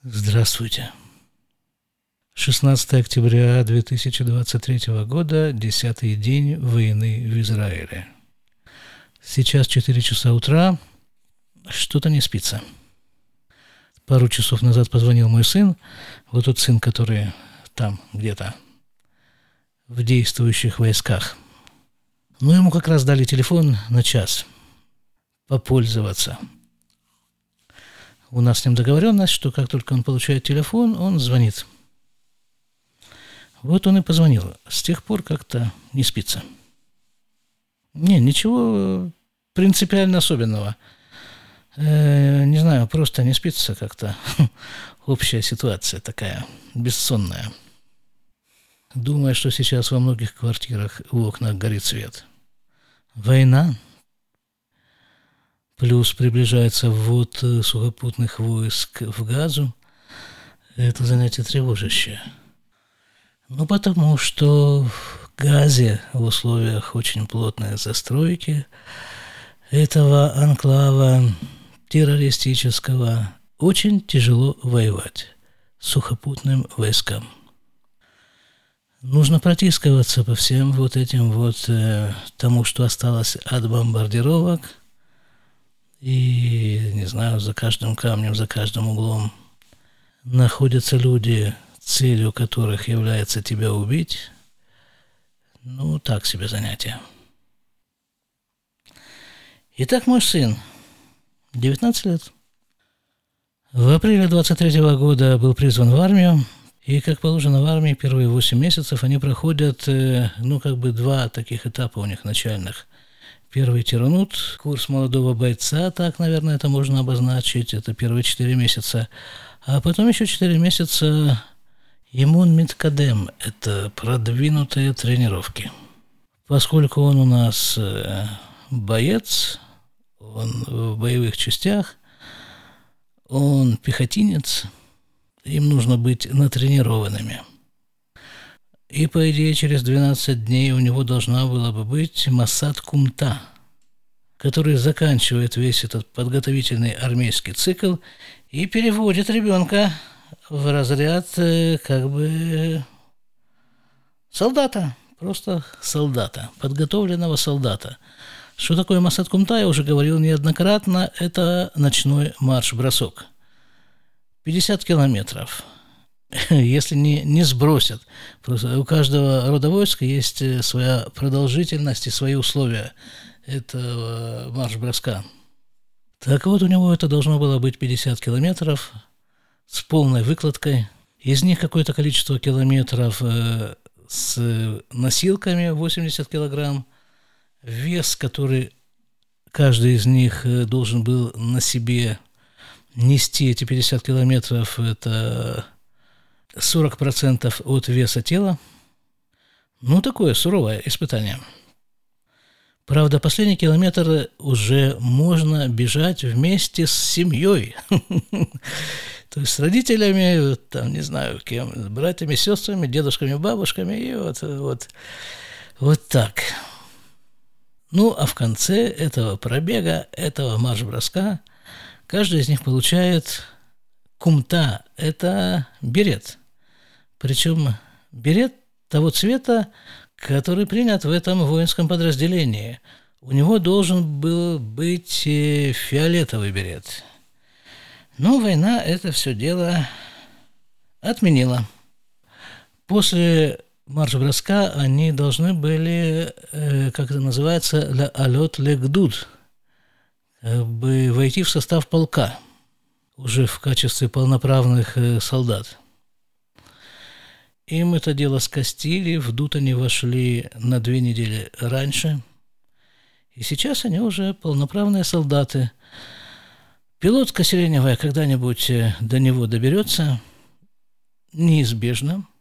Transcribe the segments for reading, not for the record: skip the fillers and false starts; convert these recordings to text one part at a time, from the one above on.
Здравствуйте. 16 октября 2023 года, 10-й день войны в Израиле. Сейчас 4 часа утра, что-то не спится. Пару часов назад позвонил мой сын, вот тот сын, который там где-то в действующих войсках. Ну, ему как раз дали телефон на час попользоваться. У нас с ним договоренность, что как только он получает телефон, он звонит. Вот он и позвонил. С тех пор как-то не спится. Ничего принципиально особенного. Не знаю, просто не спится как-то. Общая ситуация такая, бессонная. Думаю, что сейчас во многих квартирах в окнах горит свет. Война. Плюс приближается ввод сухопутных войск в Газу. Это занятие тревожащее. Ну, потому что в Газе в условиях очень плотной застройки этого анклава террористического очень тяжело воевать сухопутным войскам. Нужно протискиваться по всем вот этим вот тому, что осталось от бомбардировок. И, не знаю, за каждым камнем, за каждым углом находятся люди, целью которых является тебя убить. Ну, так себе занятие. Итак, мой сын, 19 лет. В апреле 23 года был призван в армию. И, как положено в армии, первые 8 месяцев они проходят, два таких этапа у них начальных. Первый тиранут, курс молодого бойца, так, наверное, это можно обозначить, это первые 4 месяца. А потом еще 4 месяца иммун миткадем, это продвинутые тренировки. Поскольку он у нас боец, он в боевых частях, он пехотинец, им нужно быть натренированными. И, по идее, через 12 дней у него должна была бы быть Масад Кумта, который заканчивает весь этот подготовительный армейский цикл и переводит ребенка в разряд солдата, просто солдата, подготовленного солдата. Что такое Масад Кумта, я уже говорил неоднократно, это ночной марш-бросок. 50 километров. Если не сбросят. Просто у каждого рода войска есть своя продолжительность и свои условия этого марш-броска. Так вот, у него это должно было быть 50 километров с полной выкладкой. Из них какое-то количество километров с носилками 80 килограмм. Вес, который каждый из них должен был на себе нести, эти 50 километров, это 40% от веса тела. Ну, такое суровое испытание. Правда, последний километр уже можно бежать вместе с семьей. То есть с родителями, там, не знаю кем, с братьями, сестрами, дедушками, бабушками, и вот так. Ну, а в конце этого пробега, этого марш-броска, каждый из них получает кумта, это берет. Причем берет того цвета, который принят в этом воинском подразделении. У него должен был быть фиолетовый берет. Но война это все дело отменила. После марш-броска они должны были, как это называется, ля алёт легдуд, войти в состав полка уже в качестве полноправных солдат. Им это дело скостили, в ДУТ они вошли на 2 недели раньше, и сейчас они уже полноправные солдаты. Пилотка сиреневая когда-нибудь до него доберется, неизбежно.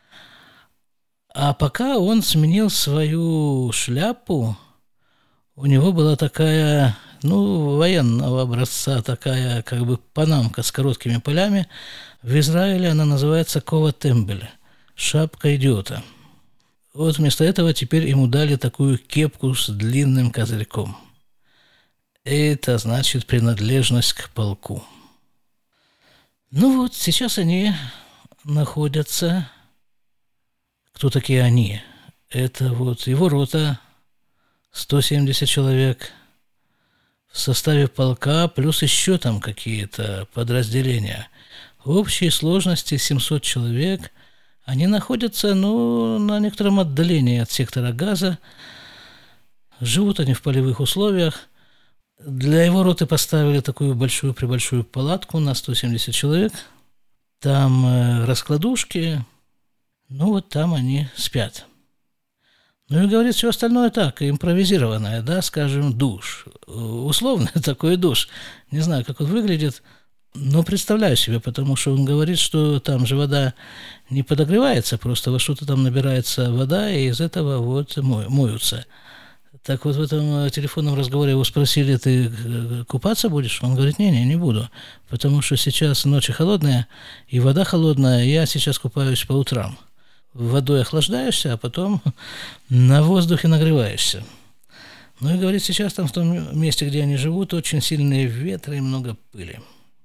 А пока он сменил свою шляпу, у него была такая, военного образца, такая панамка с короткими полями. В Израиле она называется кова тембель. Шапка идиота. Вот вместо этого теперь ему дали такую кепку с длинным козырьком. Это значит принадлежность к полку. Ну вот, сейчас они находятся. Кто такие они? Это вот его рота, 170 человек в составе полка, плюс еще там какие-то подразделения. В общей сложности 700 человек. Они находятся, на некотором отдалении от сектора Газа. Живут они в полевых условиях. Для его роты поставили такую большую-пребольшую палатку на 170 человек. Там раскладушки. Вот там они спят. И говорит, все остальное так, импровизированное, да, скажем, душ. Условно такой душ. Не знаю, как он выглядит, но представляю себе, потому что он говорит, что там же вода не подогревается, просто во что-то там набирается вода, и из этого вот моются. Так вот в этом телефонном разговоре его спросили, ты купаться будешь? Он говорит, не буду, потому что сейчас ночи холодные, и вода холодная, я сейчас купаюсь по утрам. Водой охлаждаешься, а потом на воздухе нагреваешься. И говорит, сейчас там в том месте, где они живут, очень сильные ветры и много пыли.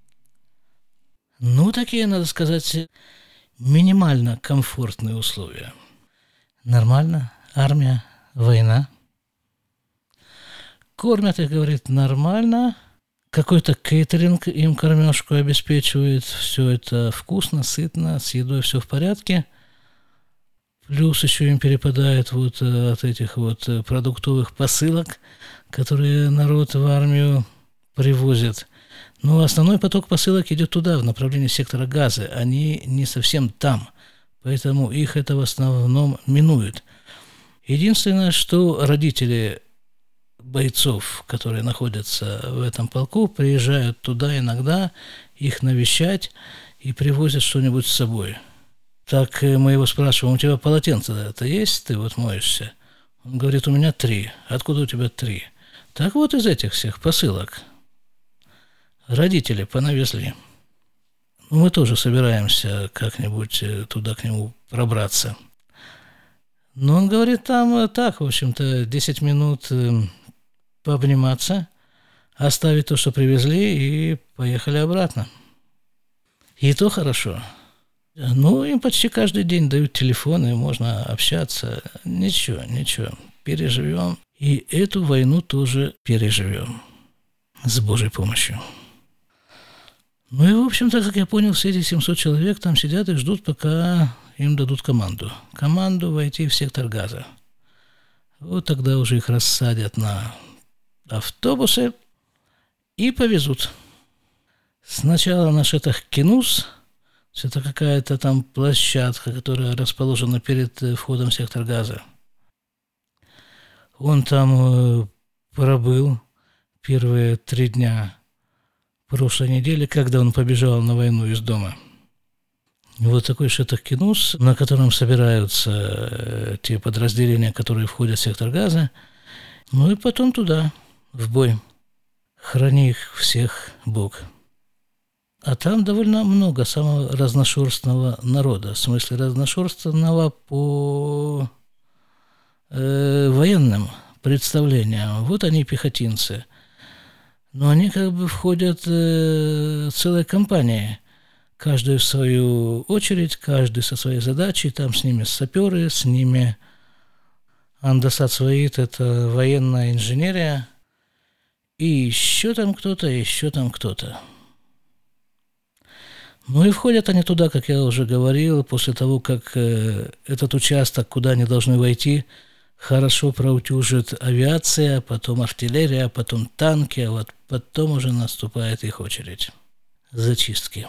Такие, надо сказать, минимально комфортные условия. Нормально, армия, война. Кормят их, говорит, нормально. Какой-то кейтеринг им кормежку обеспечивает. Все это вкусно, сытно, с едой все в порядке. Плюс еще им перепадает вот от этих вот продуктовых посылок, которые народ в армию привозит. Но основной поток посылок идет туда, в направлении сектора Газа. Они не совсем там, поэтому их это в основном минует. Единственное, что родители бойцов, которые находятся в этом полку, приезжают туда иногда их навещать и привозят что-нибудь с собой. Так мы его спрашиваем, у тебя полотенце-то есть, ты вот моешься? Он говорит, у меня 3. Откуда у тебя 3? Так вот из этих всех посылок. Родители понавезли. Мы тоже собираемся как-нибудь туда к нему пробраться. Но он говорит, там так, в общем-то, 10 минут пообниматься, оставить то, что привезли, и поехали обратно. И то хорошо. Им почти каждый день дают телефоны, можно общаться. Ничего, переживем. И эту войну тоже переживем. С Божьей помощью. В общем-то, как я понял, все эти 700 человек там сидят и ждут, пока им дадут команду. Команду войти в сектор Газа. Вот тогда уже их рассадят на автобусы и повезут. Сначала на Шетах-Кенус. Это какая-то там площадка, которая расположена перед входом в сектор Газа. Он там пробыл первые 3 дня прошлой недели, когда он побежал на войну из дома. Вот такой Шетах-Кенус, на котором собираются те подразделения, которые входят в сектор Газа. И потом туда, в бой. Храни их всех Бог. А там довольно много самого разношерстного народа. В смысле разношерстного по военным представлениям. Вот они пехотинцы. Но они как бы входят целой компанией. Каждый в свою очередь, каждый со своей задачей. Там с ними саперы, с ними Андасат Сваит, это военная инженерия. И еще там кто-то. И входят они туда, как я уже говорил, после того, как этот участок, куда они должны войти, хорошо проутюжит авиация, потом артиллерия, потом танки, а вот потом уже наступает их очередь зачистки.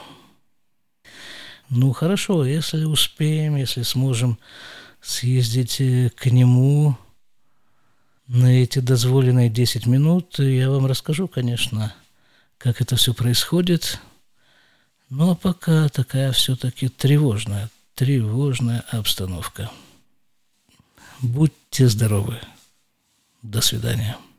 Хорошо, если успеем, если сможем съездить к нему на эти дозволенные 10 минут, я вам расскажу, конечно, как это все происходит. Но пока такая все-таки тревожная обстановка. Будьте здоровы. До свидания.